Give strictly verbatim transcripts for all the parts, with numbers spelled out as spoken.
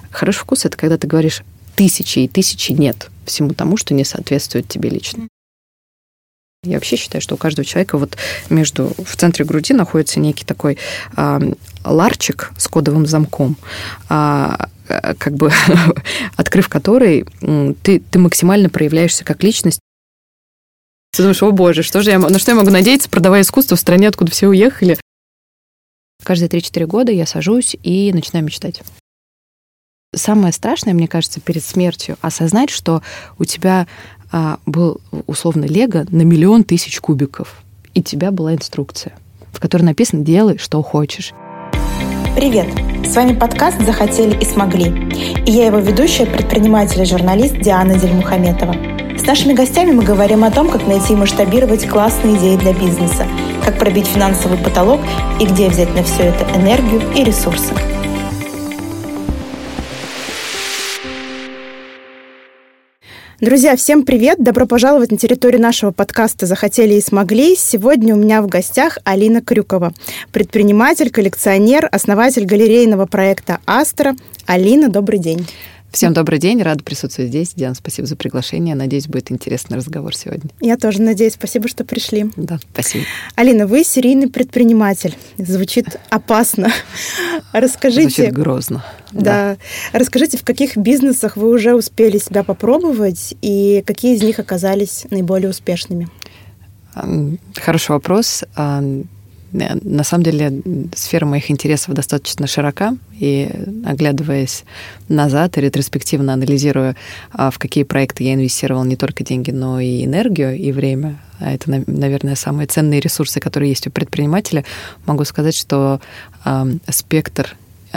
Хороший вкус – это когда ты говоришь тысячи и тысячи «нет» всему тому, что не соответствует тебе лично. Я вообще считаю, что у каждого человека вот между, в центре груди находится некий такой а, ларчик с кодовым замком, а, как бы открыв который, ты, ты максимально проявляешься как личность. Ты думаешь, о боже, что же я, на что я могу надеяться, продавая искусство в стране, откуда все уехали? Каждые три-четыре года я сажусь и начинаю мечтать. Самое страшное, мне кажется, перед смертью осознать, что у тебя а, был условно лего на миллион тысяч кубиков, и у тебя была инструкция, в которой написано «делай, что хочешь». Привет! С вами подкаст «Захотели и смогли». И я его ведущая, предприниматель и журналист Диана Дельмухаметова. С нашими гостями мы говорим о том, как найти и масштабировать классные идеи для бизнеса, как пробить финансовый потолок и где взять на все это энергию и ресурсы. Друзья, всем привет! Добро пожаловать на территорию нашего подкаста «Захотели и смогли». Сегодня у меня в гостях Алина Крюкова, предприниматель, коллекционер, основатель галерейного проекта «Астра». Алина, добрый день. Всем добрый день, рада присутствовать здесь. Диана, спасибо за приглашение. Надеюсь, будет интересный разговор сегодня. Я тоже надеюсь. Спасибо, что пришли. Да, спасибо. Алина, вы серийный предприниматель. Звучит опасно. Расскажите... Звучит грозно. Да. да. Расскажите, в каких бизнесах вы уже успели себя попробовать и какие из них оказались наиболее успешными? Хороший вопрос. На самом деле, сфера моих интересов достаточно широка, и, оглядываясь назад и ретроспективно анализируя, в какие проекты я инвестировала не только деньги, но и энергию, и время, а это, наверное, самые ценные ресурсы, которые есть у предпринимателя, могу сказать, что спектр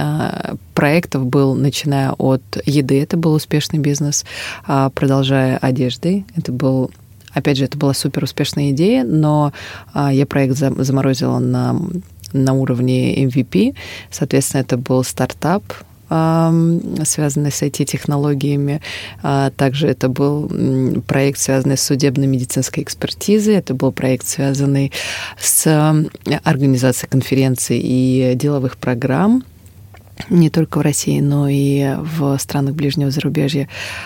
проектов был, начиная от еды, это был успешный бизнес, продолжая одеждой, это был... Опять же, это была супер успешная идея, но а, я проект заморозила на, на уровне эм ви пи. Соответственно, это был стартап, а, связанный с ай ти-технологиями. А, также это был проект, связанный с судебно-медицинской экспертизой. Это был проект, связанный с организацией конференций и деловых программ. Не только в России, но и в странах ближнего зарубежья.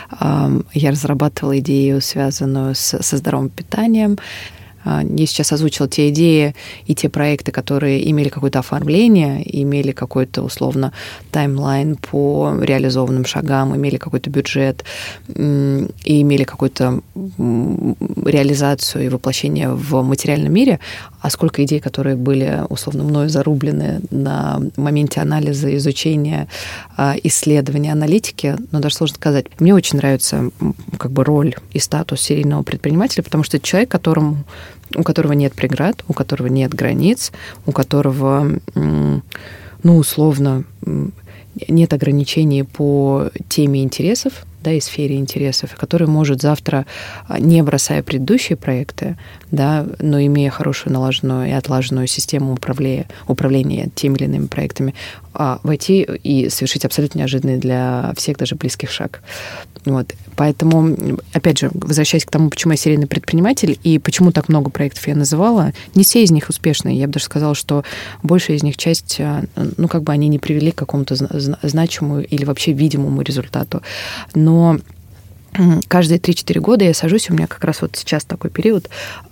Я разрабатывала идею, связанную с, со здоровым питанием. Я сейчас озвучила те идеи и те проекты, которые имели какое-то оформление, имели какой-то, условно, таймлайн по реализованным шагам, имели какой-то бюджет и имели какую-то реализацию и воплощение в материальном мире, а сколько идей, которые были, условно, мною зарублены на моменте анализа, изучения, исследования, аналитики, но даже сложно сказать. Мне очень нравится как бы роль и статус серийного предпринимателя, потому что это человек, которому у которого нет преград, у которого нет границ, у которого, ну, условно, нет ограничений по теме интересов, да, и сфере интересов, который может завтра, не бросая предыдущие проекты, да, но имея хорошую налаженную и отлаженную систему управления, управления теми или иными проектами, войти и совершить абсолютно неожиданный для всех, даже близких шаг. Вот. Поэтому, опять же, возвращаясь к тому, почему я серийный предприниматель и почему так много проектов я называла, не все из них успешные. Я бы даже сказала, что большая из них часть, ну, как бы они не привели к какому-то значимому или вообще видимому результату. Но каждые три-четыре года я сажусь, у меня как раз вот сейчас такой период,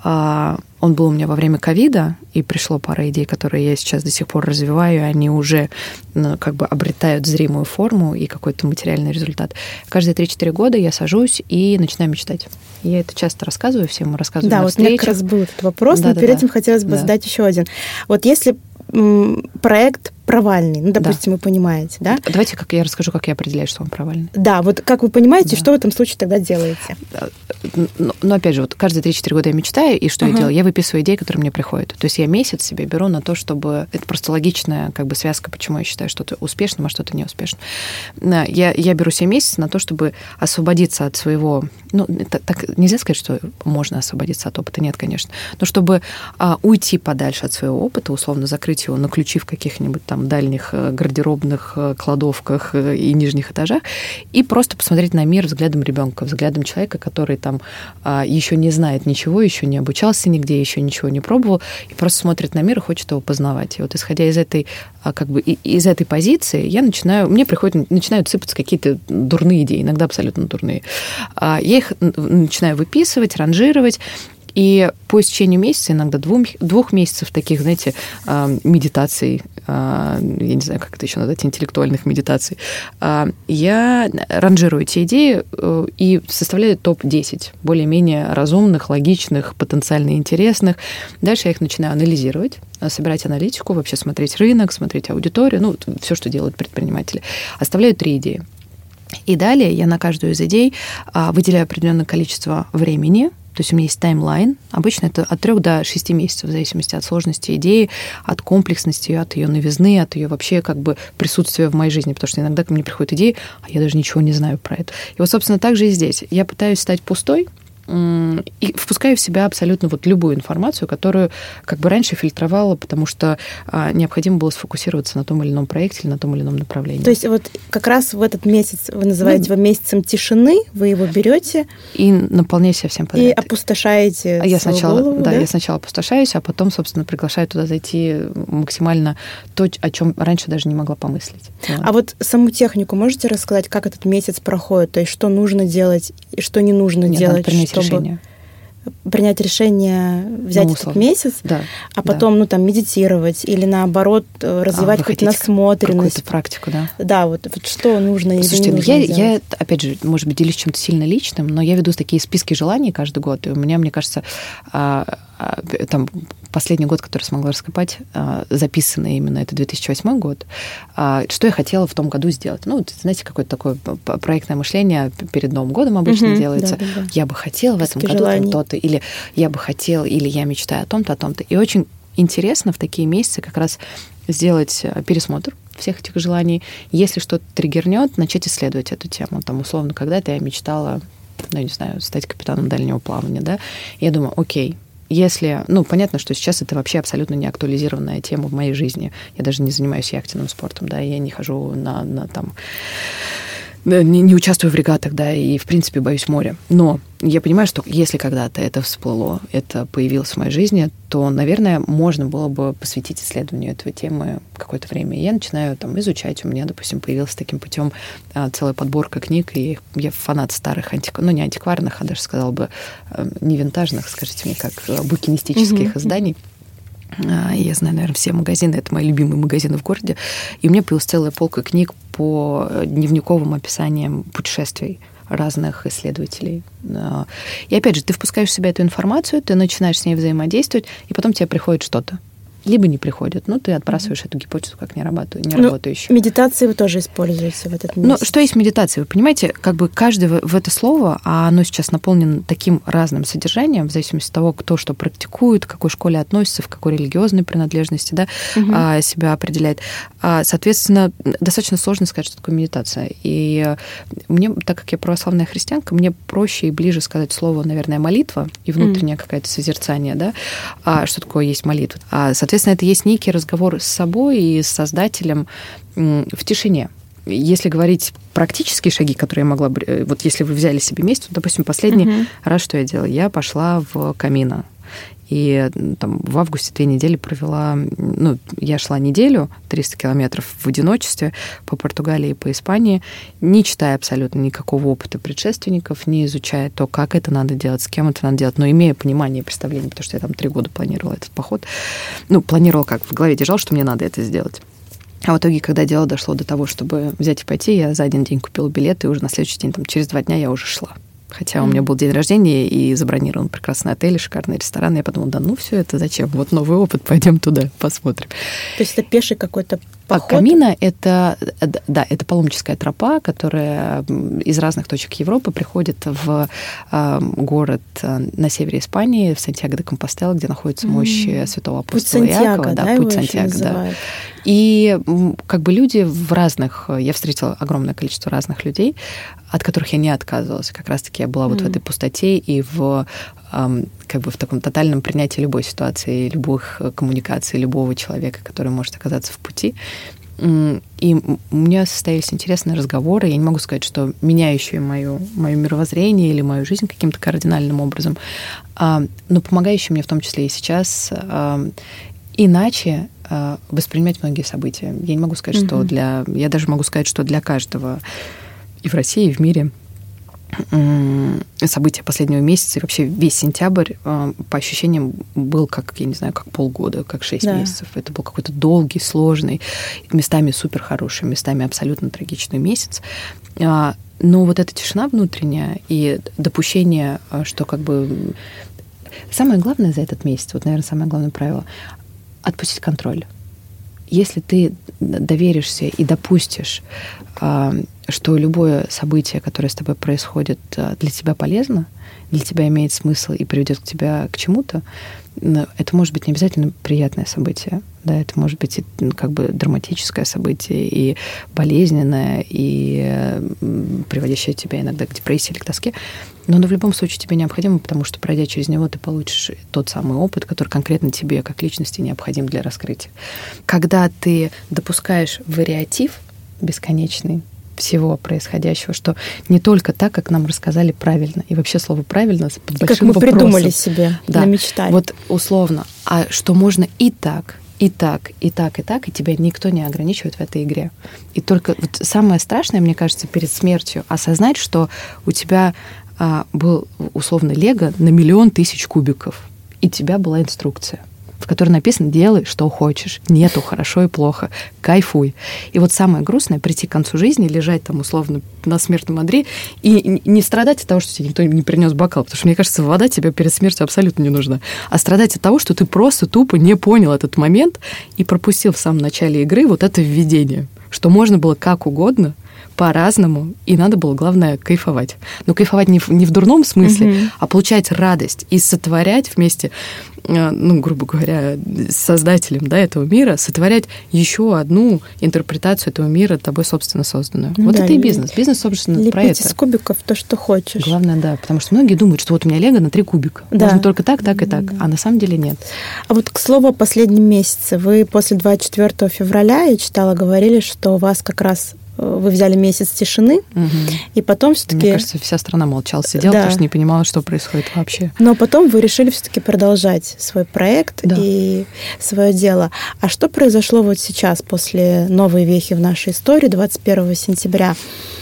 он был у меня во время ковида, и пришло пара идей, которые я сейчас до сих пор развиваю, и они уже, ну, как бы обретают зримую форму и какой-то материальный результат. Каждые три-четыре года я сажусь и начинаю мечтать. Я это часто рассказываю всем, рассказываю да, на вот встречах. Да, вот у меня как раз был этот вопрос, да, но да, перед да. этим хотелось бы да. задать еще один. Вот если м, проект провальный, ну, допустим, да. вы понимаете, да? Давайте как я расскажу, как я определяю, что он провальный. Да, вот как вы понимаете, да. что в этом случае тогда делаете? Но, но опять же, вот каждые три-четыре года я мечтаю, и что uh-huh. я делаю? Я выписываю идеи, которые мне приходят. То есть я месяц себе беру на то, чтобы... Это просто логичная как бы связка, почему я считаю что-то успешным, а что-то неуспешным. Я, я беру себе месяц на то, чтобы освободиться от своего... Ну, это, так нельзя сказать, что можно освободиться от опыта, нет, конечно. Но чтобы а, уйти подальше от своего опыта, условно закрыть его на ключи в каких-нибудь там там дальних гардеробных, кладовках и нижних этажах, и просто посмотреть на мир взглядом ребенка, взглядом человека, который там еще не знает ничего, еще не обучался нигде, еще ничего не пробовал, и просто смотрит на мир и хочет его познавать. И вот исходя из этой, как бы, из этой позиции, я начинаю, мне приходят, начинают сыпаться какие-то дурные идеи, иногда абсолютно дурные. Я их начинаю выписывать, ранжировать, и по истечению месяца, иногда двух, двух месяцев таких, знаете, медитаций, я не знаю, как это еще назвать, интеллектуальных медитаций, я ранжирую эти идеи и составляю топ десять более-менее разумных, логичных, потенциально интересных. Дальше я их начинаю анализировать, собирать аналитику, вообще смотреть рынок, смотреть аудиторию, ну, все, что делают предприниматели. Оставляю три идеи. И далее я на каждую из идей выделяю определенное количество времени. То есть у меня есть таймлайн. Обычно это от трех до шести месяцев, в зависимости от сложности идеи, от комплексности, от ее новизны, от ее вообще как бы присутствия в моей жизни. Потому что иногда ко мне приходят идеи, а я даже ничего не знаю про это. И вот, собственно, так же и здесь. Я пытаюсь стать пустой, и впускаю в себя абсолютно вот любую информацию, которую как бы раньше фильтровала, потому что а, необходимо было сфокусироваться на том или ином проекте или на том или ином направлении. То есть вот как раз в этот месяц, вы называете ну, его месяцем тишины, вы его берете и наполняете себя всем подряд. И опустошаете а я свою сначала, голову, да, да? я сначала опустошаюсь, а потом, собственно, приглашаю туда зайти максимально то, о чем раньше даже не могла помыслить. Вот. А вот саму технику можете рассказать, как этот месяц проходит? То есть что нужно делать и что не нужно Нет, делать? Надо принять чтобы решение. Принять решение взять ну, этот месяц, да, а потом, да. ну, там, медитировать или, наоборот, развивать а, какую-то насмотренность. Какую-то практику, да. Да, вот, вот что нужно Слушайте, или не нужно я, делать. я, опять же, может быть, делюсь чем-то сильно личным, но я веду такие списки желаний каждый год, и у меня, мне кажется, там последний год, который смогла раскопать, записанный именно, это две тысячи восьмой год, что я хотела в том году сделать. Ну, знаете, какое-то такое проектное мышление перед Новым годом обычно угу, делается. Да, да, да. Я бы хотела в этом году там то-то, или я бы хотела, или я мечтаю о том-то, о том-то. И очень интересно в такие месяцы как раз сделать пересмотр всех этих желаний. Если что-то триггернет, начать исследовать эту тему. Там, условно, когда-то я мечтала, ну, не знаю, стать капитаном дальнего плавания, да. И я думаю, окей, если... Ну, понятно, что сейчас это вообще абсолютно не актуализированная тема в моей жизни. Я даже не занимаюсь яхтенным спортом, да, я не хожу на, на там... Не, не участвую в регатах, да, и, в принципе, боюсь моря. Но я понимаю, что если когда-то это всплыло, это появилось в моей жизни, то, наверное, можно было бы посвятить исследованию этой темы какое-то время. И я начинаю там изучать. У меня, допустим, появилась таким путем целая подборка книг, и я фанат старых, антик... ну, не антикварных, а даже, сказала бы, не винтажных, скажите мне, как букинистических mm-hmm. изданий. Я знаю, наверное, все магазины. Это мои любимые магазины в городе. И у меня появилась целая полка книг по дневниковым описаниям путешествий разных исследователей. И опять же, ты впускаешь в себя эту информацию, ты начинаешь с ней взаимодействовать, и потом тебе приходит что-то. Либо не приходит, ну, ты отбрасываешь mm-hmm. эту гипотезу как неработающую. Ну, медитации вы тоже используете в этот месяц. Ну, что есть медитация? Вы понимаете, как бы каждый в это слово, а оно сейчас наполнено таким разным содержанием, в зависимости от того, кто что практикует, к какой школе относится, в какой религиозной принадлежности, да, mm-hmm. себя определяет. Соответственно, достаточно сложно сказать, что такое медитация. И мне, так как я православная христианка, мне проще и ближе сказать слово, наверное, молитва и внутреннее mm-hmm. какое-то созерцание, да, что такое есть молитва. Соответственно, Соответственно, это есть некий разговор с собой и с Создателем в тишине. Если говорить практические шаги, которые я могла бы... Вот если вы взяли себе месяц, допустим, последний uh-huh. раз, что я делала, я пошла в Камино. И там, в августе две недели провела... Ну, я шла неделю, триста километров в одиночестве по Португалии и по Испании, не читая абсолютно никакого опыта предшественников, не изучая то, как это надо делать, с кем это надо делать, но имея понимание и представление, потому что я там три года планировала этот поход. Ну, планировала как? В голове держала, что мне надо это сделать. А в итоге, когда дело дошло до того, чтобы взять и пойти, я за один день купила билет, и уже на следующий день, там, через два дня я уже шла. Хотя mm-hmm. у меня был день рождения, и забронирован прекрасный отель, шикарный ресторан. Я подумала, да ну все это зачем? Вот новый опыт, пойдем туда, посмотрим. То есть это пеший какой-то поход? А Камино — это, да, это паломническая тропа, которая из разных точек Европы приходит в э, город на севере Испании, в Сантьяго-де-Компостела, где находится мощь mm-hmm. святого апостола Путь Сантьяго, Иакова. Да, да, Путь Сантьяго, да. И как бы люди в разных... Я встретила огромное количество разных людей, от которых я не отказывалась. Как раз-таки я была mm-hmm. вот в этой пустоте и в, как бы в таком тотальном принятии любой ситуации, любых коммуникаций, любого человека, который может оказаться в пути. И у меня состоялись интересные разговоры. Я не могу сказать, что меняющие мое, мое мировоззрение или мою жизнь каким-то кардинальным образом, но помогающие мне в том числе и сейчас иначе воспринимать многие события. Я не могу сказать, mm-hmm. что для... Я даже могу сказать, что для каждого и в России, и в мире события последнего месяца и вообще весь сентябрь по ощущениям был как, я не знаю, как полгода, как шесть да. месяцев. Это был какой-то долгий, сложный, местами супер хороший, местами абсолютно трагичный месяц. Но вот эта тишина внутренняя и допущение, что как бы... Самое главное за этот месяц, вот, наверное, самое главное правило — отпустить контроль. Если ты доверишься и допустишь, что любое событие, которое с тобой происходит, для тебя полезно, для тебя имеет смысл и приведет к тебя к чему-то, это может быть не обязательно приятное событие. Да, это может быть и, как бы драматическое событие, и болезненное, и приводящее тебя иногда к депрессии или к тоске. Но оно в любом случае тебе необходимо, потому что, пройдя через него, ты получишь тот самый опыт, который конкретно тебе, как личности, необходим для раскрытия. Когда ты допускаешь вариатив бесконечный всего происходящего, что не только так, как нам рассказали правильно, и вообще слово «правильно» под большим как мы вопросом. Придумали себе, да, намечтали. Вот условно. А что можно и так, и так, и так, и так, и тебя никто не ограничивает в этой игре. И только вот самое страшное, мне кажется, перед смертью осознать, что у тебя а, был условно лего на миллион тысяч кубиков, и у тебя была инструкция, в которой написано «делай, что хочешь». Нету хорошо и плохо. Кайфуй. И вот самое грустное — прийти к концу жизни, лежать там условно на смертном одре и не страдать от того, что тебе никто не принес бокал, потому что, мне кажется, вода тебе перед смертью абсолютно не нужна, а страдать от того, что ты просто тупо не понял этот момент и пропустил в самом начале игры вот это введение, что можно было как угодно, по-разному, и надо было, главное, кайфовать. Но кайфовать не в, не в дурном смысле, mm-hmm. а получать радость и сотворять вместе, ну, грубо говоря, с создателем, да, этого мира, сотворять еще одну интерпретацию этого мира, тобой, собственно, созданную. Ну, вот да, это и бизнес. Бизнес, собственно, про это. Лепить из кубиков то, что хочешь. Главное, да, потому что многие думают, что вот у меня лего на три кубика. Да. Можно только так, так и так. Да. А на самом деле нет. А вот, к слову, о последнем месяце. Вы после двадцать четвёртого февраля, я читала, говорили, что у вас как раз вы взяли месяц тишины, угу. и потом все-таки... Мне кажется, вся страна молчала, сидела, да. потому что не понимала, что происходит вообще. Но потом вы решили все-таки продолжать свой проект да. и свое дело. А что произошло вот сейчас, после новой вехи в нашей истории, двадцать первого сентября?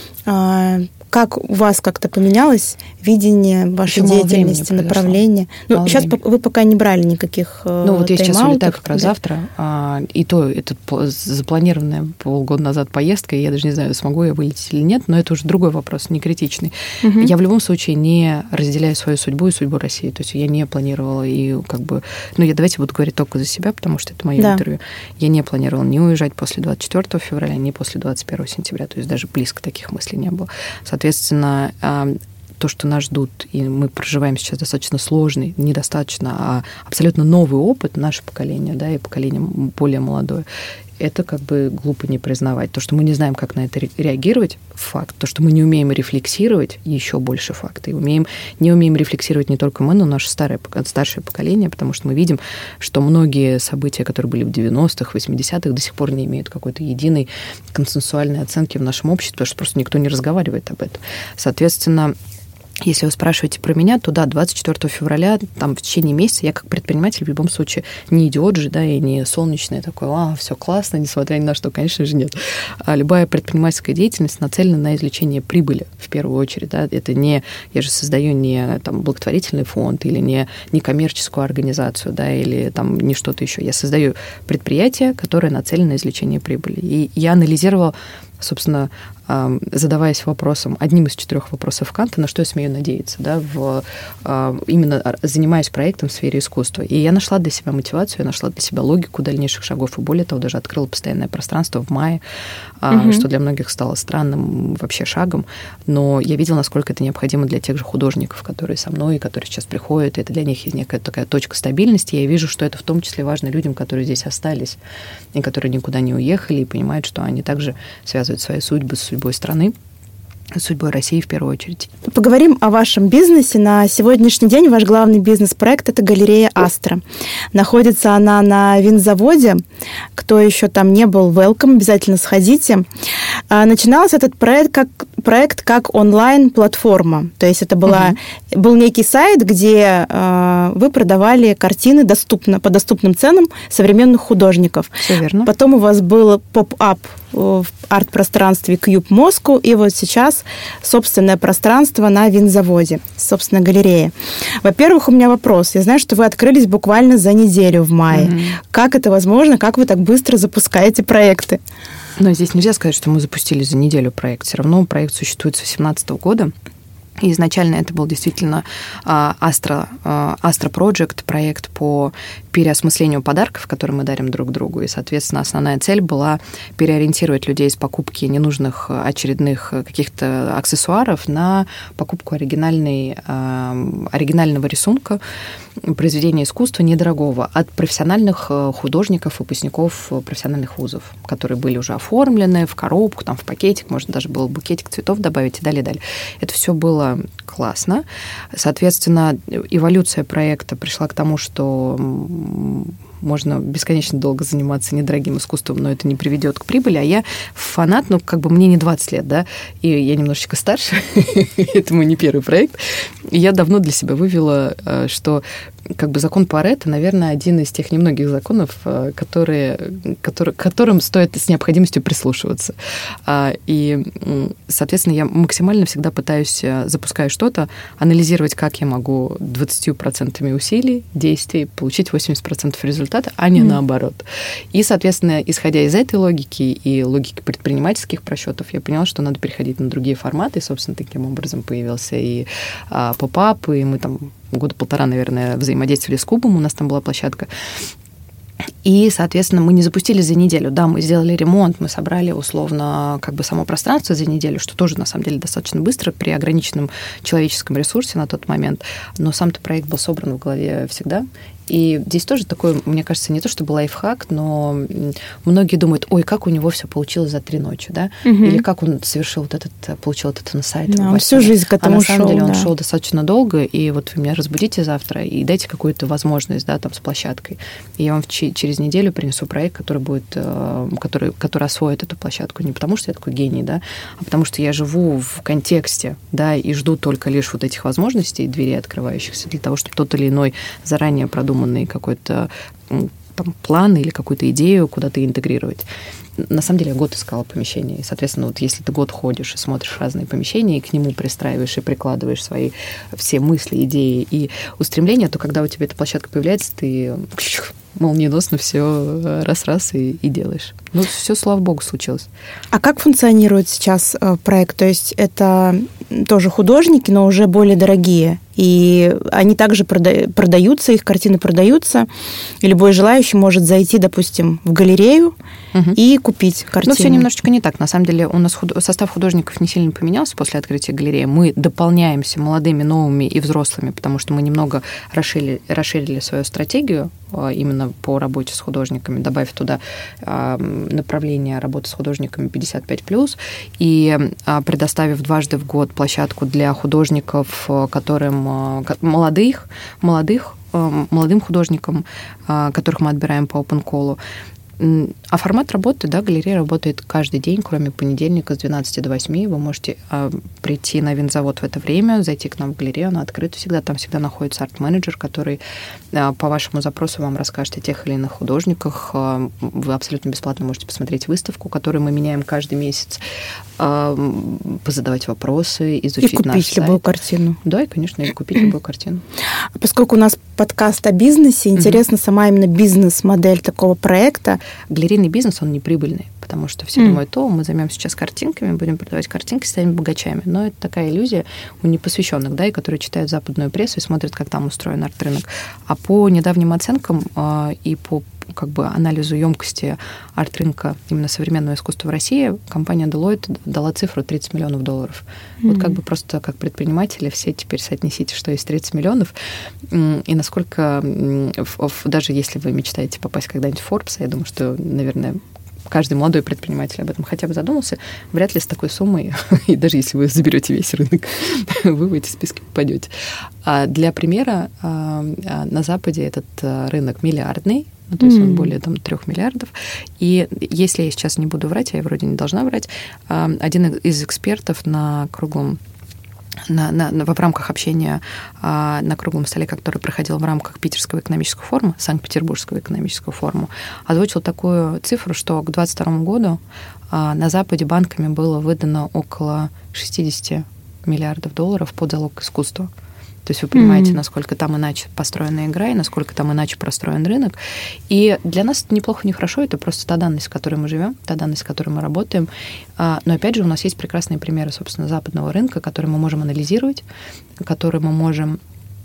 Как у вас как-то поменялось видение вашей Еще деятельности, направления? Ну, мало сейчас времени. Вы пока не брали никаких тайм-аутов. Ну, вот я сейчас улетаю как раз да? завтра, а, и то это запланированная полгода назад поездка, и я даже не знаю, смогу я вылететь или нет, но это уже другой вопрос, не критичный. Угу. Я в любом случае не разделяю свою судьбу и судьбу России, то есть я не планировала, и как бы... Ну, я давайте буду говорить только за себя, потому что это мое да. интервью. Я не планировала не уезжать после двадцать четвёртого февраля, не после двадцать первого сентября, то есть даже близко таких мыслей не было. Соответственно, то, что нас ждут, и мы проживаем сейчас достаточно сложный, недостаточно, а абсолютно новый опыт, наше поколение, да, и поколение более молодое, это как бы глупо не признавать. То, что мы не знаем, как на это реагировать, факт. То, что мы не умеем рефлексировать, еще больше факт. И умеем, не умеем рефлексировать не только мы, но и наше старое, старшее поколение, потому что мы видим, что многие события, которые были в девяностых, восьмидесятых, до сих пор не имеют какой-то единой консенсуальной оценки в нашем обществе, потому что просто никто не разговаривает об этом. Соответственно, если вы спрашиваете про меня, то да, двадцать четвёртого февраля, там, в течение месяца, я как предприниматель в любом случае не идиот же, да, и не солнечный такой, а, все классно, несмотря ни на что, конечно же, нет. А любая предпринимательская деятельность нацелена на извлечение прибыли, в первую очередь, да, это не, я же создаю не там благотворительный фонд или не, не коммерческую организацию, да, или там не что-то еще, я создаю предприятие, которое нацелено на извлечение прибыли. И я анализировала, собственно, задаваясь вопросом, одним из четырех вопросов Канта, на что я смею надеяться, да, в, именно занимаясь проектом в сфере искусства. И я нашла для себя мотивацию, я нашла для себя логику дальнейших шагов, и более того, даже открыла постоянное пространство в мае, угу. что для многих стало странным вообще шагом, но я видела, насколько это необходимо для тех же художников, которые со мной, которые сейчас приходят, и это для них есть некая такая точка стабильности. Я вижу, что это в том числе важно людям, которые здесь остались, и которые никуда не уехали, и понимают, что они также связывают свои судьбы с судьбой страны. судьбой России в первую очередь. Поговорим о вашем бизнесе. На сегодняшний день ваш главный бизнес-проект – это галерея «Астра». Находится она на винзаводе. Кто еще там не был, welcome, обязательно сходите. Начинался этот проект как, проект как онлайн-платформа. То есть это была, угу. был некий сайт, где вы продавали картины доступно, по доступным ценам современных художников. Все верно. Потом у вас был поп-ап в арт-пространстве Cube Moscow, и вот сейчас собственное пространство на винзаводе, собственно, галерея. Во-первых, у меня вопрос. Я знаю, что вы открылись буквально за неделю в мае. Mm-hmm. Как это возможно? Как вы так быстро запускаете проекты? Но здесь нельзя сказать, что мы запустили за неделю проект. Все равно проект существует с две тысячи восемнадцатого года. И изначально это был действительно Astra, Astra Project, проект по переосмыслению подарков, которые мы дарим друг другу. И, соответственно, основная цель была переориентировать людей с покупки ненужных очередных каких-то аксессуаров на покупку оригинальной, оригинального рисунка, произведения искусства недорогого от профессиональных художников, выпускников профессиональных вузов, которые были уже оформлены в коробку, там, в пакетик, можно даже было букетик цветов добавить и далее, далее. Это все было классно. Соответственно, эволюция проекта пришла к тому, что можно бесконечно долго заниматься недорогим искусством, но это не приведет к прибыли. А я фанат, ну, как бы мне не двадцать лет, да, и я немножечко старше, это мой не первый проект. И я давно для себя вывела, что как бы закон Парето, наверное, один из тех немногих законов, которые, которые, к которым стоит с необходимостью прислушиваться. И, соответственно, я максимально всегда пытаюсь, запуская что-то, анализировать, как я могу двадцатью процентами усилий, действий получить восемьдесят процентов результата, а не mm. наоборот. И, соответственно, исходя из этой логики и логики предпринимательских просчетов, я поняла, что надо переходить на другие форматы. И, собственно, таким образом появился и а, поп-ап, и мы там года полтора, наверное, взаимодействовали с Кубом, у нас там была площадка. И, соответственно, мы не запустили за неделю. Да, мы сделали ремонт, мы собрали условно как бы само пространство за неделю, что тоже, на самом деле, достаточно быстро при ограниченном человеческом ресурсе на тот момент. Но сам-то проект был собран в голове всегда. И здесь тоже такой, мне кажется, не то чтобы лайфхак, но многие думают, ой, как у него все получилось за три ночи, да? Угу. Или как он совершил вот этот, получил вот этот инсайт. Да, он всю жизнь к этому шел. А на самом деле да. он шел достаточно долго, и вот вы меня разбудите завтра и дайте какую-то возможность, да, там, с площадкой. И я вам через неделю принесу проект, который будет, который, который освоит эту площадку. Не потому, что я такой гений, да, а потому что я живу в контексте, да, и жду только лишь вот этих возможностей, дверей открывающихся, для того, чтобы тот или иной заранее продуманный какой-то там, план или какую-то идею куда-то интегрировать. На самом деле я год искала помещение. И, соответственно, вот если ты год ходишь и смотришь разные помещения, и к нему пристраиваешь и прикладываешь свои все мысли, идеи и устремления, то когда у тебя эта площадка появляется, ты молниеносно все раз-раз и, и делаешь. Ну, все, слава богу, случилось. А как функционирует сейчас проект? То есть это тоже художники, но уже более дорогие, и они также прода- продаются, их картины продаются, и любой желающий может зайти, допустим, в галерею угу. и купить картину. Ну, все немножечко не так. На самом деле у нас худ... состав художников не сильно поменялся после открытия галереи. Мы дополняемся молодыми, новыми и взрослыми, потому что мы немного расширили, расширили свою стратегию именно по работе с художниками, добавив туда направление работы с художниками пятьдесят пять плюс, и предоставив дважды в год площадку для художников, которым молодых, молодых, молодым художникам, которых мы отбираем по open-call. А формат работы, да, галерея работает каждый день, кроме понедельника с двенадцати до восьми. Вы можете а, прийти на винзавод в это время, зайти к нам в галерею, она открыта всегда. Там всегда находится арт-менеджер, который а, по вашему запросу вам расскажет о тех или иных художниках. А, вы абсолютно бесплатно можете посмотреть выставку, которую мы меняем каждый месяц, а, позадавать вопросы, изучить наш сайт. И купить любую картину. Да, и, конечно, и купить любую картину. Поскольку у нас подкаст о бизнесе, интересна mm-hmm. сама именно бизнес-модель такого проекта. Галерейный бизнес, он не прибыльный, потому что все mm. думают, о, мы займемся сейчас картинками, будем продавать картинки, станем богачами. Но это такая иллюзия у непосвященных, да, и которые читают западную прессу и смотрят, как там устроен арт-рынок. А по недавним оценкам э, и по как бы анализу емкости арт-рынка именно современного искусства в России, компания Deloitte дала цифру тридцать миллионов долларов. Mm-hmm. Вот как бы просто как предприниматели все теперь соотнесите, что есть тридцать миллионов, и насколько, даже если вы мечтаете попасть когда-нибудь в Forbes, я думаю, что, наверное, каждый молодой предприниматель об этом хотя бы задумался, вряд ли с такой суммой, и даже если вы заберете весь рынок, вы в эти списки попадете. А для примера, на Западе этот рынок миллиардный, ну, то есть mm-hmm. он более там, трех миллиардов. И если я сейчас не буду врать, а я вроде не должна врать, один из экспертов на круглом На, на, на, в рамках общения а, на круглом столе, который проходил в рамках Питерского экономического форума, Санкт-Петербургского экономического форума, озвучил такую цифру, что к двадцать второму году а, на Западе банками было выдано около шестьдесят миллиардов долларов под залог искусства. То есть вы понимаете, mm-hmm. насколько там иначе построена игра и насколько там иначе простроен рынок. И для нас это неплохо, не хорошо, это просто та данность, в которой мы живем, та данность, в которой мы работаем. Но опять же, у нас есть прекрасные примеры, собственно, западного рынка, которые мы можем анализировать, которые мы можем,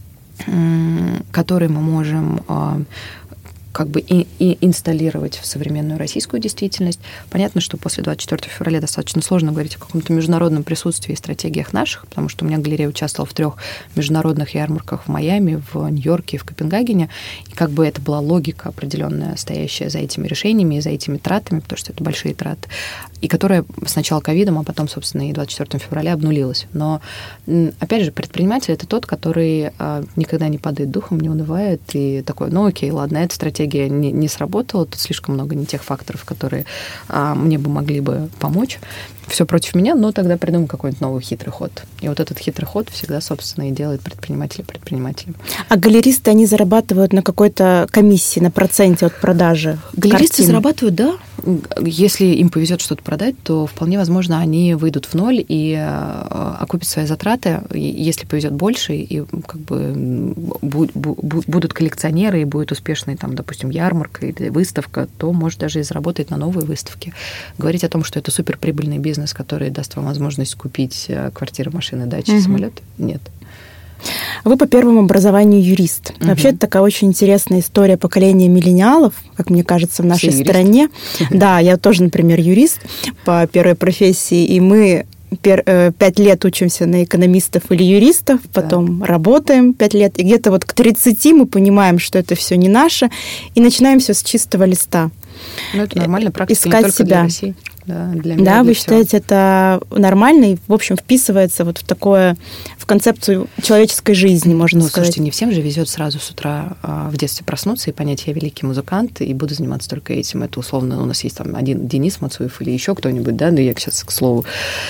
которые мы можем как бы и, и инсталлировать в современную российскую действительность. Понятно, что после двадцать четвёртого февраля достаточно сложно говорить о каком-то международном присутствии и стратегиях наших, потому что у меня галерея участвовала в трех международных ярмарках в Майами, в Нью-Йорке и в Копенгагене, и как бы это была логика определенная, стоящая за этими решениями и за этими тратами, потому что это большие траты, и которая с начала ковидом, а потом, собственно, и двадцать четвёртого февраля обнулилась. Но, опять же, предприниматель — это тот, который никогда не падает духом, не унывает, и такой, ну окей, ладно, эта стратегия Не, не сработала, тут слишком много не тех факторов, которые а, мне бы могли бы помочь. Все против меня, но тогда придумаю какой-нибудь новый хитрый ход. И вот этот хитрый ход всегда, собственно, и делает предпринимателя предпринимателем. А галеристы, они зарабатывают на какой-то комиссии, на проценте от продажи Галеристы картин? зарабатывают, да. Если им повезет что-то продать, то вполне возможно, они выйдут в ноль и окупят свои затраты, если повезет больше, и как бы будут коллекционеры, и будет успешный, там, допустим, ярмарка или выставка, то может даже и заработать на новые выставки. Говорить о том, что это суперприбыльный бизнес, который даст вам возможность купить квартиры, машины, дачи, угу. самолеты, нет. Вы по первому образованию юрист. Угу. Вообще, это такая очень интересная история поколения миллениалов, как мне кажется, в нашей Все стране. Юрист? Да, я тоже, например, юрист по первой профессии, и мы пять лет учимся на экономистов или юристов, потом да. работаем пять лет, и где-то вот к тридцати мы понимаем, что это все не наше, и начинаем все с чистого листа. Ну, это нормальная практика, искать не только себя. Для России. Да, для мира, да для вы всего. Считаете, это нормально и, в общем, вписывается вот в такое, в концепцию человеческой жизни, можно ну, сказать? Слушайте, не всем же везет сразу с утра в детстве проснуться и понять, я великий музыкант, и буду заниматься только этим. Это условно у нас есть там один Денис Мацуев или еще кто-нибудь, да, ну я сейчас к слову.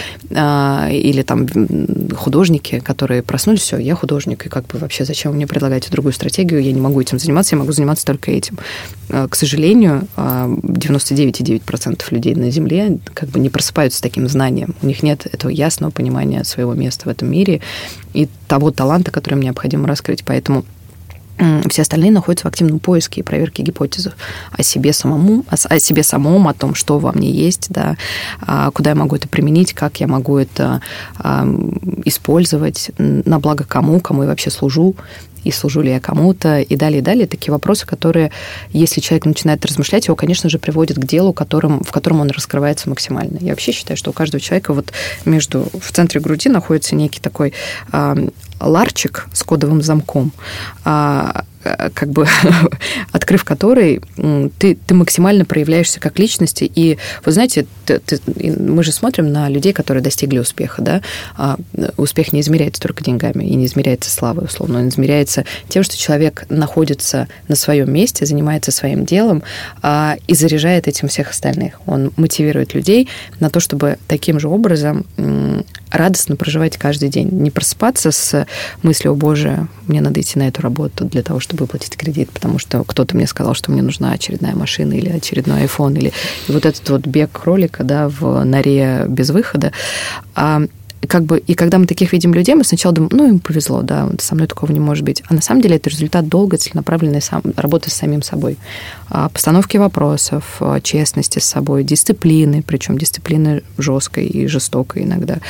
Или там художники, которые проснулись, все, я художник, и как бы вообще зачем мне предлагаете другую стратегию, я не могу этим заниматься, я могу заниматься только этим. К сожалению, девяносто девять целых девять десятых процента людей на Земле как бы не просыпаются с таким знанием. У них нет этого ясного понимания своего места в этом мире и того таланта, который им необходимо раскрыть. Поэтому все остальные находятся в активном поиске и проверке гипотез о себе самому, о себе самом, о том, что во мне есть, да, куда я могу это применить, как я могу это использовать, на благо кому, кому я вообще служу, и служу ли я кому-то, и далее, и далее. Такие вопросы, которые, если человек начинает размышлять, его, конечно же, приводят к делу, которым, в котором он раскрывается максимально. Я вообще считаю, что у каждого человека вот между, в центре груди находится некий такой а, ларчик с кодовым замком, а, как бы открыв который, ты, ты максимально проявляешься как личности. И, вы знаете, ты, ты, мы же смотрим на людей, которые достигли успеха, да? А успех не измеряется только деньгами и не измеряется славой, условно. Он измеряется тем, что человек находится на своем месте, занимается своим делом а, и заряжает этим всех остальных. Он мотивирует людей на то, чтобы таким же образом м, радостно проживать каждый день. Не просыпаться с мыслью: о боже, мне надо идти на эту работу для того, чтобы выплатить кредит, потому что кто-то мне сказал, что мне нужна очередная машина или очередной айфон, или и вот этот вот бег кролика, да, в норе без выхода. А, как бы, и когда мы таких видим людей, мы сначала думаем, ну, им повезло, да, со мной такого не может быть. А на самом деле это результат долгой, целенаправленной сам, работы с самим собой. Постановки вопросов, честности с собой, дисциплины, причем дисциплины жесткой и жестокой иногда,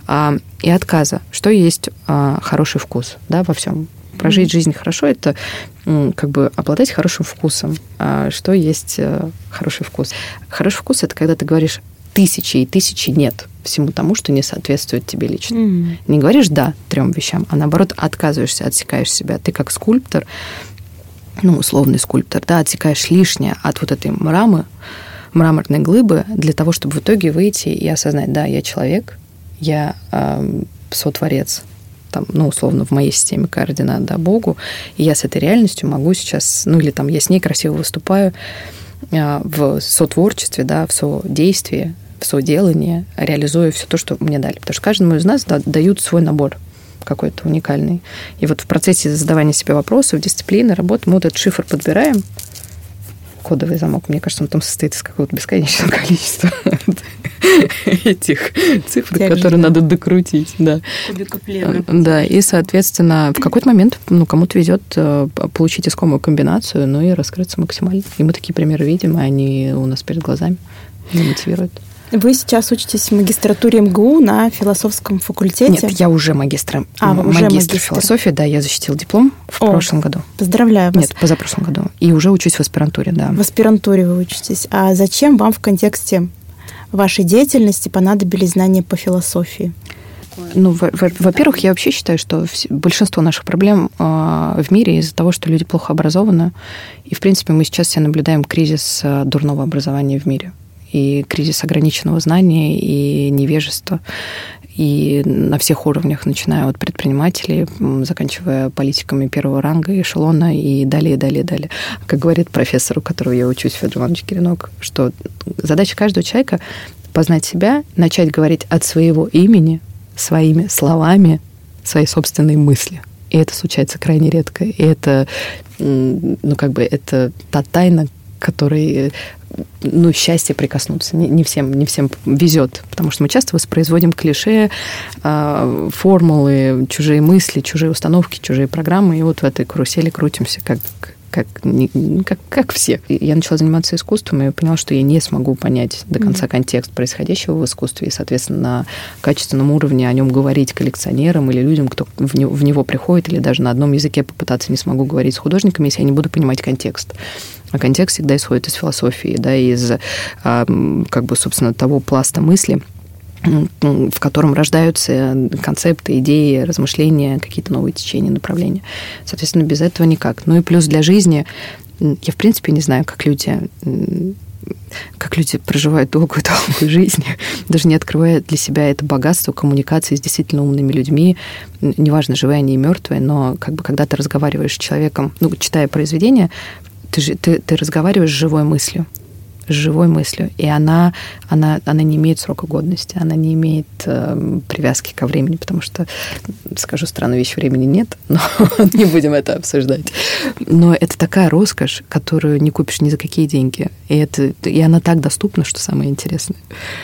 и отказа, что есть хороший вкус, да, во всем. Прожить mm-hmm. жизнь хорошо – это как бы обладать хорошим вкусом. А что есть хороший вкус? Хороший вкус – это когда ты говоришь тысячи и тысячи «нет» всему тому, что не соответствует тебе лично. Mm-hmm. Не говоришь «да» трем вещам, а наоборот отказываешься, отсекаешь себя. Ты как скульптор, ну, условный скульптор, да, отсекаешь лишнее от вот этой рамы, мраморной глыбы для того, чтобы в итоге выйти и осознать, да, я человек, я э, сотворец, там, ну, условно, в моей системе координат, да, Богу, и я с этой реальностью могу сейчас, ну, или там я с ней красиво выступаю э, в сотворчестве, да, в содействии, в соделании, реализуя все то, что мне дали. Потому что каждому из нас да, дают свой набор какой-то уникальный. И вот в процессе задавания себе вопросов, дисциплины, работы мы вот этот шифр подбираем, кодовый замок, мне кажется, он там состоит из какого-то бесконечного количества этих цифр, которые надо докрутить. Да. Да, и, соответственно, в какой-то момент ну, кому-то везет получить искомую комбинацию, ну и раскрыться максимально. И мы такие примеры видим, и они у нас перед глазами мотивируют. Вы сейчас учитесь в магистратуре эм гэ у на философском факультете? Нет, я уже магистр. А, вы магистр, уже магистр философии, да, я защитила диплом в О, прошлом году. Поздравляю вас. Нет, позапрошлом году. И уже учусь в аспирантуре, да. В аспирантуре вы учитесь. А зачем вам в контексте вашей деятельности понадобились знания по философии? Ну, во-первых, я вообще считаю, что большинство наших проблем в мире из-за того, что люди плохо образованы. И, в принципе, мы сейчас все наблюдаем кризис дурного образования в мире. И кризис ограниченного знания, и невежества, и на всех уровнях, начиная от предпринимателей, заканчивая политиками первого ранга, эшелона, и далее, далее, далее. Как говорит профессор, у которого я учусь, Федор Иванович Киренок, что задача каждого человека — познать себя, начать говорить от своего имени, своими словами, свои собственные мысли. И это случается крайне редко. И это, ну, как бы, это та тайна, которой, ну, счастье прикоснуться. Не, не, всем, не всем везет, потому что мы часто воспроизводим клише, э, формулы, чужие мысли, чужие установки, чужие программы, и вот в этой карусели крутимся, как, как, не, как, как все. И я начала заниматься искусством, и поняла, что я не смогу понять до конца контекст происходящего в искусстве, и, соответственно, на качественном уровне о нем говорить коллекционерам или людям, кто в него, в него приходит, или даже на одном языке попытаться не смогу говорить с художниками, если я не буду понимать контекст. А контекст всегда исходит из философии, да, из, как бы, собственно, того пласта мысли, в котором рождаются концепты, идеи, размышления, какие-то новые течения, направления. Соответственно, без этого никак. Ну и плюс для жизни, я, в принципе, не знаю, как люди, как люди проживают долгую-долгую жизнь, даже не открывая для себя это богатство коммуникации с действительно умными людьми, неважно, живые они и мертвые, но как бы когда ты разговариваешь с человеком, ну, читая произведение, Ты, же, ты, ты разговариваешь с живой мыслью, с живой мыслью, и она, она, она не имеет срока годности, она не имеет э, привязки ко времени, потому что, скажу странную вещь, времени нет, но не будем это обсуждать. Но это такая роскошь, которую не купишь ни за какие деньги, и, это, и она так доступна, что самое интересное.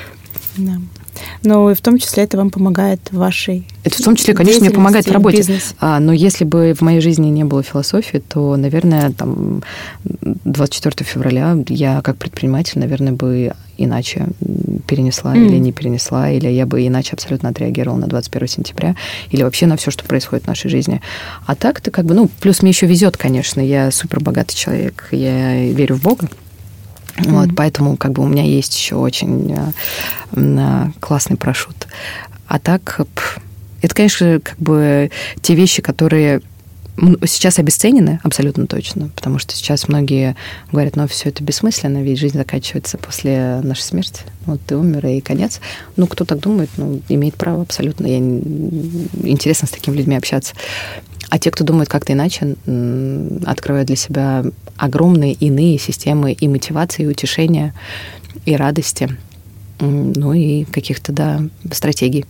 Да. Но и в том числе это вам помогает в вашей Это в том числе, конечно, мне помогает в работе. А, но если бы в моей жизни не было философии, то, наверное, там, двадцать четвёртого февраля я как предприниматель, наверное, бы иначе перенесла mm. или не перенесла, или я бы иначе абсолютно отреагировала на двадцать первого сентября, или вообще на все, что происходит в нашей жизни. А так ты как бы, ну, плюс мне еще везет, конечно, я супербогатый человек, я верю в Бога. Mm-hmm. Вот, поэтому как бы у меня есть еще очень э, классный парашют. А так, это, конечно, как бы те вещи, которые сейчас обесценены абсолютно точно, потому что сейчас многие говорят, ну, все это бессмысленно, ведь жизнь заканчивается после нашей смерти. Вот ты умер, и конец. Ну, кто так думает, ну, имеет право абсолютно. Я... Интересно с такими людьми общаться. А те, кто думает как-то иначе, открывают для себя огромные иные системы и мотивации, и утешения, и радости, ну и каких-то, да, стратегий.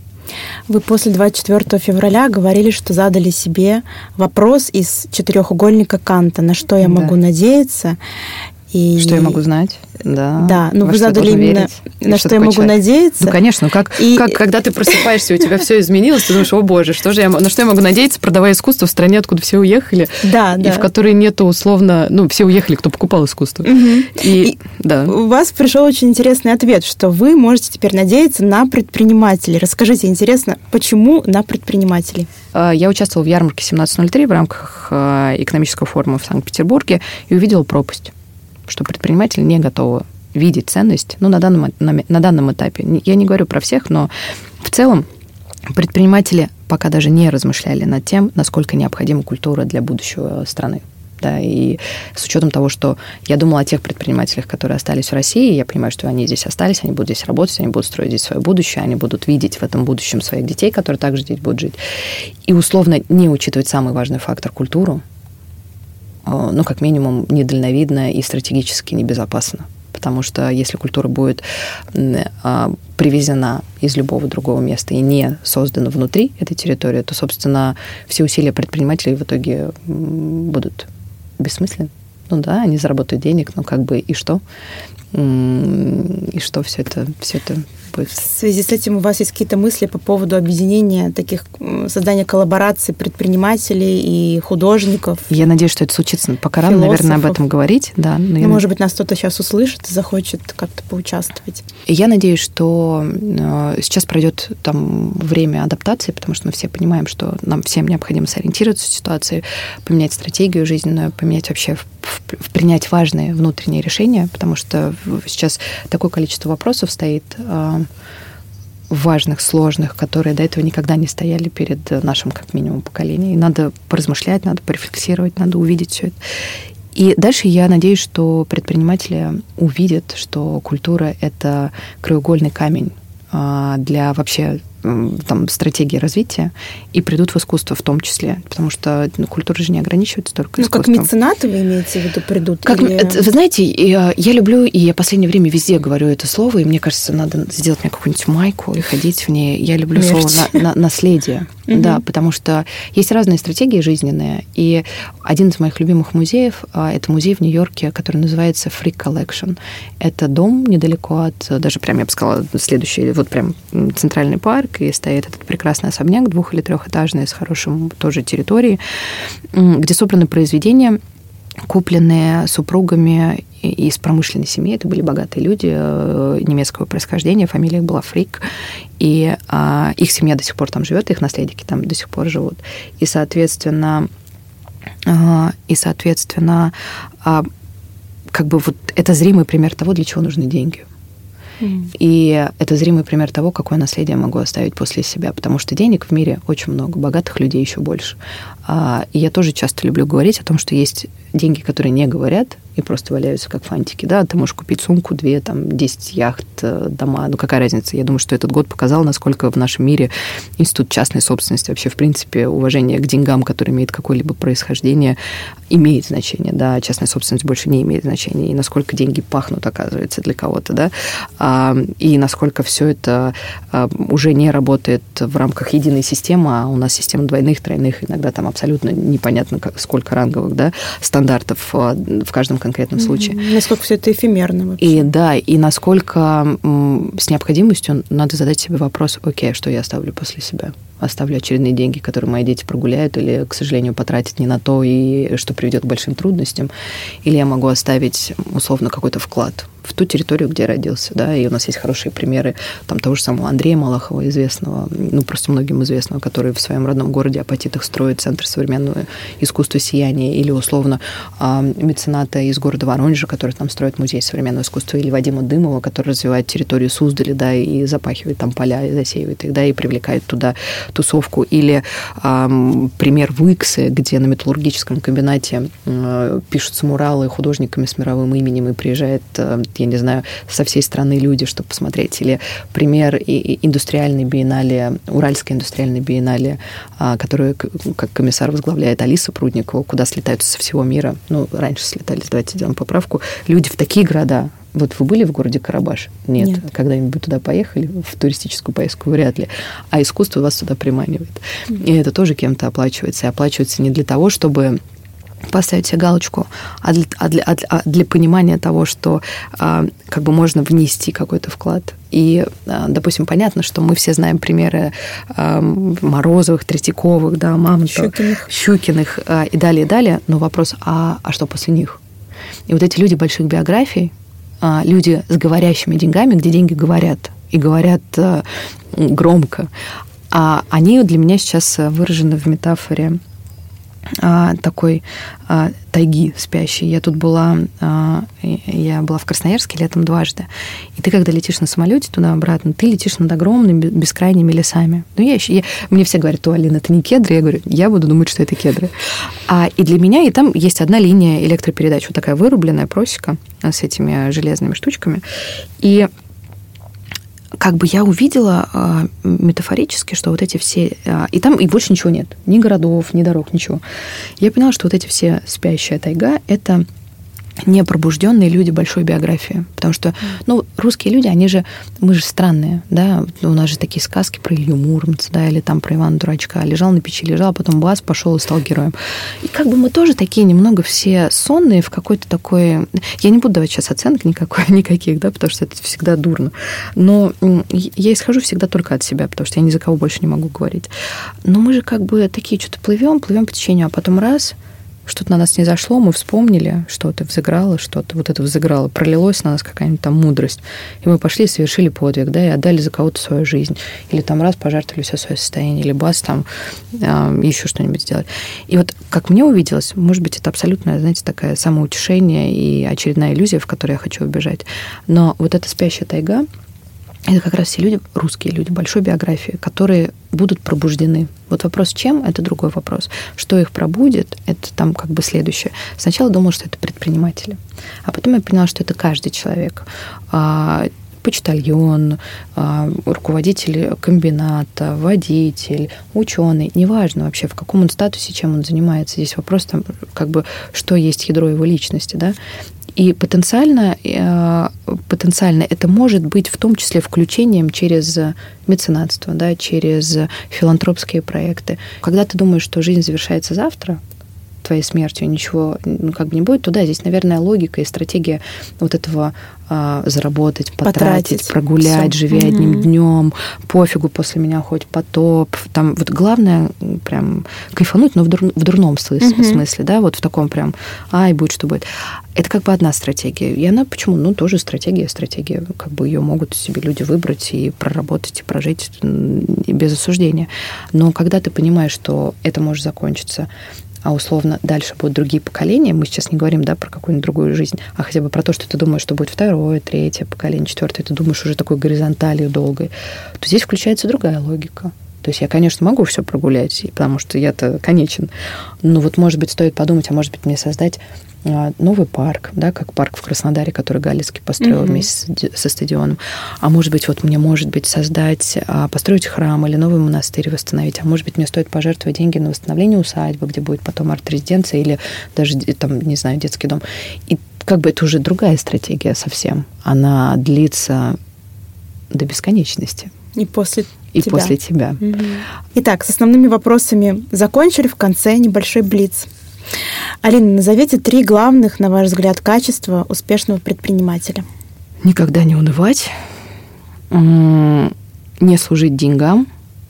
Вы после двадцать четвёртого февраля говорили, что задали себе вопрос из четырехугольника Канта, на что я могу да. надеяться. И... Что я могу знать, да. Да, но вы задали именно, верить, на что, что я могу человек. надеяться. Ну, конечно, как, и... как когда ты просыпаешься, у тебя все изменилось, ты думаешь, о боже, что же я, на что я могу надеяться, продавая искусство в стране, откуда все уехали, да, и да. в которой нету условно, ну, все уехали, кто покупал искусство. Угу. И, и да. у вас пришел очень интересный ответ, что вы можете теперь надеяться на предпринимателей. Расскажите, интересно, почему на предпринимателей? Я участвовала в ярмарке семнадцать ноль три в рамках экономического форума в Санкт-Петербурге и увидела пропасть, что предприниматели не готовы видеть ценность, ну, на данном, на, на данном этапе. Я не говорю про всех, но в целом предприниматели пока даже не размышляли над тем, насколько необходима культура для будущего страны. да, и с учетом того, что я думала о тех предпринимателях, которые остались в России, я понимаю, что они здесь остались, они будут здесь работать, они будут строить здесь свое будущее, они будут видеть в этом будущем своих детей, которые также здесь будут жить. И условно не учитывать самый важный фактор — культуру, ну, как минимум, недальновидно и стратегически небезопасно. Потому что если культура будет а, привезена из любого другого места и не создана внутри этой территории, то, собственно, все усилия предпринимателей в итоге будут бессмысленны. Ну да, они заработают денег, но как бы и что? И что все это, все это будет? В связи с этим у вас есть какие-то мысли по поводу объединения таких, создания коллабораций предпринимателей и художников? Я надеюсь, что это случится. Пока рано, наверное, об этом говорить. Да, но ну, я... Может быть, нас кто-то сейчас услышит и захочет как-то поучаствовать. Я надеюсь, что сейчас пройдет там время адаптации, потому что мы все понимаем, что нам всем необходимо сориентироваться в ситуации, поменять стратегию жизненную, поменять вообще, в, в, принять важные внутренние решения, потому что сейчас такое количество вопросов стоит важных, сложных, которые до этого никогда не стояли перед нашим, как минимум, поколением. И надо поразмышлять, надо порефлексировать, надо увидеть все это. И дальше я надеюсь, что предприниматели увидят, что культура — это краеугольный камень для вообще там, стратегии развития, и придут в искусство в том числе, потому что ну, культура же не ограничивается только ну, искусством. Ну, как меценаты, вы имеете в виду, придут? Как, или... Вы знаете, я, я люблю, и я в последнее время везде говорю это слово, и мне кажется, надо сделать мне какую-нибудь майку и ходить в ней. Я люблю Мерч. слово на, на, «наследие», да, потому что есть разные стратегии жизненные, и один из моих любимых музеев – это музей в Нью-Йорке, который называется Frick Collection. Это дом недалеко от, даже прям, я бы сказала, следующий, вот прям центральный парк, и стоит этот прекрасный особняк, двух- или трехэтажный, с хорошим тоже территорией, где собраны произведения, купленные супругами из промышленной семьи. Это были богатые люди немецкого происхождения, фамилия их была Фрик, и а, их семья до сих пор там живет, их наследники там до сих пор живут. И, соответственно, а, и, соответственно, а, как бы вот это зримый пример того, для чего нужны деньги. И это зримый пример того, какое наследие могу оставить после себя, потому что денег в мире очень много, богатых людей еще больше. И я тоже часто люблю говорить о том, что есть деньги, которые не говорят и просто валяются как фантики. Да, ты можешь купить сумку, две, там, десять яхт, дома. Ну, какая разница? Я думаю, что этот год показал, насколько в нашем мире институт частной собственности, вообще, в принципе, уважение к деньгам, которые имеют какое-либо происхождение, имеет значение. Да, частная собственность больше не имеет значения. И насколько деньги пахнут, оказывается, для кого-то, да. И насколько все это уже не работает в рамках единой системы, а у нас система двойных, тройных, иногда там абсолютно непонятно, сколько ранговых, да, стандартов в каждом конкретном случае. Насколько все это эфемерно вообще. И да, и насколько с необходимостью надо задать себе вопрос: окей, что я оставлю после себя? Оставлю очередные деньги, которые мои дети прогуляют или, к сожалению, потратят не на то, и что приведет к большим трудностям, или я могу оставить, условно, какой-то вклад в ту территорию, где родился, да, и у нас есть хорошие примеры там того же самого Андрея Малахова, известного, ну, просто многим известного, который в своем родном городе Апатитах строит Центр современного искусства «Сияние», или, условно, мецената из города Воронежа, который там строит музей современного искусства, или Вадима Дымова, который развивает территорию Суздаля, да, и запахивает там поля, и засеивает их, да, и привлекает туда тусовку, или э, пример Выксы, где на металлургическом комбинате э, пишутся муралы художниками с мировым именем, и приезжает, э, я не знаю, со всей страны люди, чтобы посмотреть, или пример индустриальной биеннале, Уральской индустриальной биеннале, э, которую как комиссар возглавляет Алиса Прудникова, куда слетаются со всего мира, ну, раньше слетались, давайте сделаем поправку, люди в такие города. Вот вы были в городе Карабаш? Нет. Нет. Когда-нибудь туда поехали, в туристическую поездку? Вряд ли. А искусство вас туда приманивает. Mm-hmm. И это тоже кем-то оплачивается. И оплачивается не для того, чтобы поставить себе галочку, а для, а для, а для понимания того, что а, как бы можно внести какой-то вклад. И, а, допустим, понятно, что мы все знаем примеры а, Морозовых, Третьяковых, да, Мамонтовых, Щукиных, Щукиных а, и далее, и далее. Но вопрос, а, а что после них? И вот эти люди больших биографий, люди с говорящими деньгами, где деньги говорят, и говорят громко, а они для меня сейчас выражены в метафоре а, такой а, тайги спящей. Я тут была, а, я была в Красноярске летом дважды. И ты, когда летишь на самолете туда-обратно, ты летишь над огромными бескрайними лесами. Ну, я еще, я, мне все говорят: Алина, это не кедры. Я говорю: я буду думать, что это кедры. А, и для меня, и там есть одна линия электропередач, вот такая вырубленная просека с этими железными штучками. И как бы я увидела э, метафорически, что вот эти все... Э, и там и больше ничего нет. Ни городов, ни дорог, ничего. Я поняла, что вот эти все спящая тайга — это непробужденные люди большой биографии. Потому что, ну, русские люди, они же... Мы же странные, да? У нас же такие сказки про Илью Муромца, да, или там про Ивана Дурачка. Лежал на печи, лежал, потом бас, пошел и стал героем. И как бы мы тоже такие немного все сонные в какой-то такой... Я не буду давать сейчас оценок никакой, никаких, да, потому что это всегда дурно. Но я исхожу всегда только от себя, потому что я ни за кого больше не могу говорить. Но мы же как бы такие что-то плывем, плывем по течению, а потом раз... Что-то на нас не зашло, мы вспомнили, что-то взыграло, что-то вот это взыграло, пролилось на нас какая-нибудь там мудрость. И мы пошли и совершили подвиг, да, и отдали за кого-то свою жизнь. Или там раз пожертвовали все свое состояние, или бас там э, еще что-нибудь сделать. И вот как мне увиделось, может быть, это абсолютно, знаете, такое самоутешение и очередная иллюзия, в которой я хочу убежать. Но вот эта спящая тайга, это как раз все люди, русские люди, большой биографии, которые будут пробуждены. Вот вопрос, чем, это другой вопрос. Что их пробудет, это там как бы следующее. Сначала думала, что это предприниматели. А потом я поняла, что это каждый человек. Почтальон, руководитель комбината, водитель, ученый. Неважно вообще, в каком он статусе, чем он занимается. Здесь вопрос, там, как бы, что есть ядро его личности, да. И потенциально, потенциально это может быть в том числе включением через меценатство, да, через филантропские проекты. Когда ты думаешь, что жизнь завершается завтра, твоей смертью, ничего ну, как бы не будет, то да, здесь, наверное, логика и стратегия вот этого а, заработать, потратить, потратить прогулять, всё. Живи угу. одним днем, пофигу, после меня хоть потоп. Там вот главное прям кайфануть, но в, дур, в дурном смысле, угу. смысле, да, вот в таком прям, ай, будет, что будет. Это как бы одна стратегия. И она почему? Ну, тоже стратегия, стратегия. Как бы ее могут себе люди выбрать и проработать, и прожить без осуждения. Но когда ты понимаешь, что это может закончиться, а условно дальше будут другие поколения, мы сейчас не говорим, да, про какую-нибудь другую жизнь, а хотя бы про то, что ты думаешь, что будет второе, третье поколение, четвертое, ты думаешь уже такой горизонталью долгой, то здесь включается другая логика. То есть я, конечно, могу все прогулять, потому что я-то конечен. Но вот, может быть, стоит подумать, а может быть, мне создать новый парк, да, как парк в Краснодаре, который Галицкий построил mm-hmm. вместе со стадионом. А может быть, вот мне, может быть, создать, построить храм или новый монастырь восстановить. А может быть, мне стоит пожертвовать деньги на восстановление усадьбы, где будет потом арт-резиденция или даже, там, не знаю, детский дом. И как бы это уже другая стратегия совсем. Она длится до бесконечности. И после И тебя. после тебя. Угу. Итак, с основными вопросами закончили, в конце небольшой блиц. Алина, назовите три главных, на ваш взгляд, качества успешного предпринимателя. Никогда не унывать, не служить деньгам,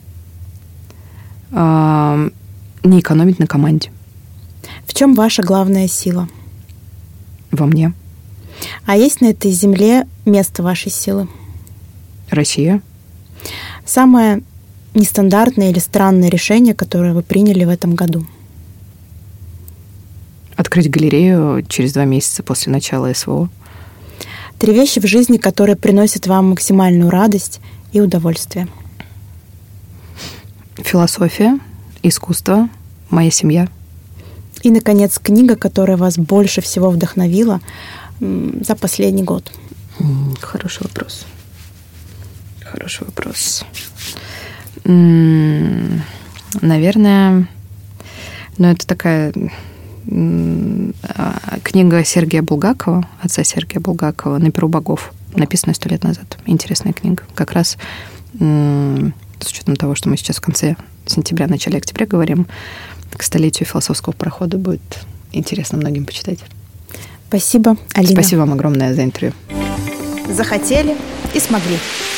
не экономить на команде. В чем ваша главная сила? Во мне. А есть на этой земле место вашей силы? Россия. Самое нестандартное или странное решение, которое вы приняли в этом году? Открыть галерею через два месяца после начала СВО. Три вещи в жизни, которые приносят вам максимальную радость и удовольствие. Философия, искусство, моя семья. И, наконец, книга, которая вас больше всего вдохновила за последний год. Хороший вопрос. Хороший вопрос. Наверное, ну, это такая книга Сергея Булгакова, отца Сергея Булгакова «На перу богов», написанная сто лет назад. Интересная книга. Как раз с учетом того, что мы сейчас в конце сентября, начале октября говорим, к столетию философского прохода будет интересно многим почитать. Спасибо, Алина. Спасибо вам огромное за интервью. Захотели и смогли.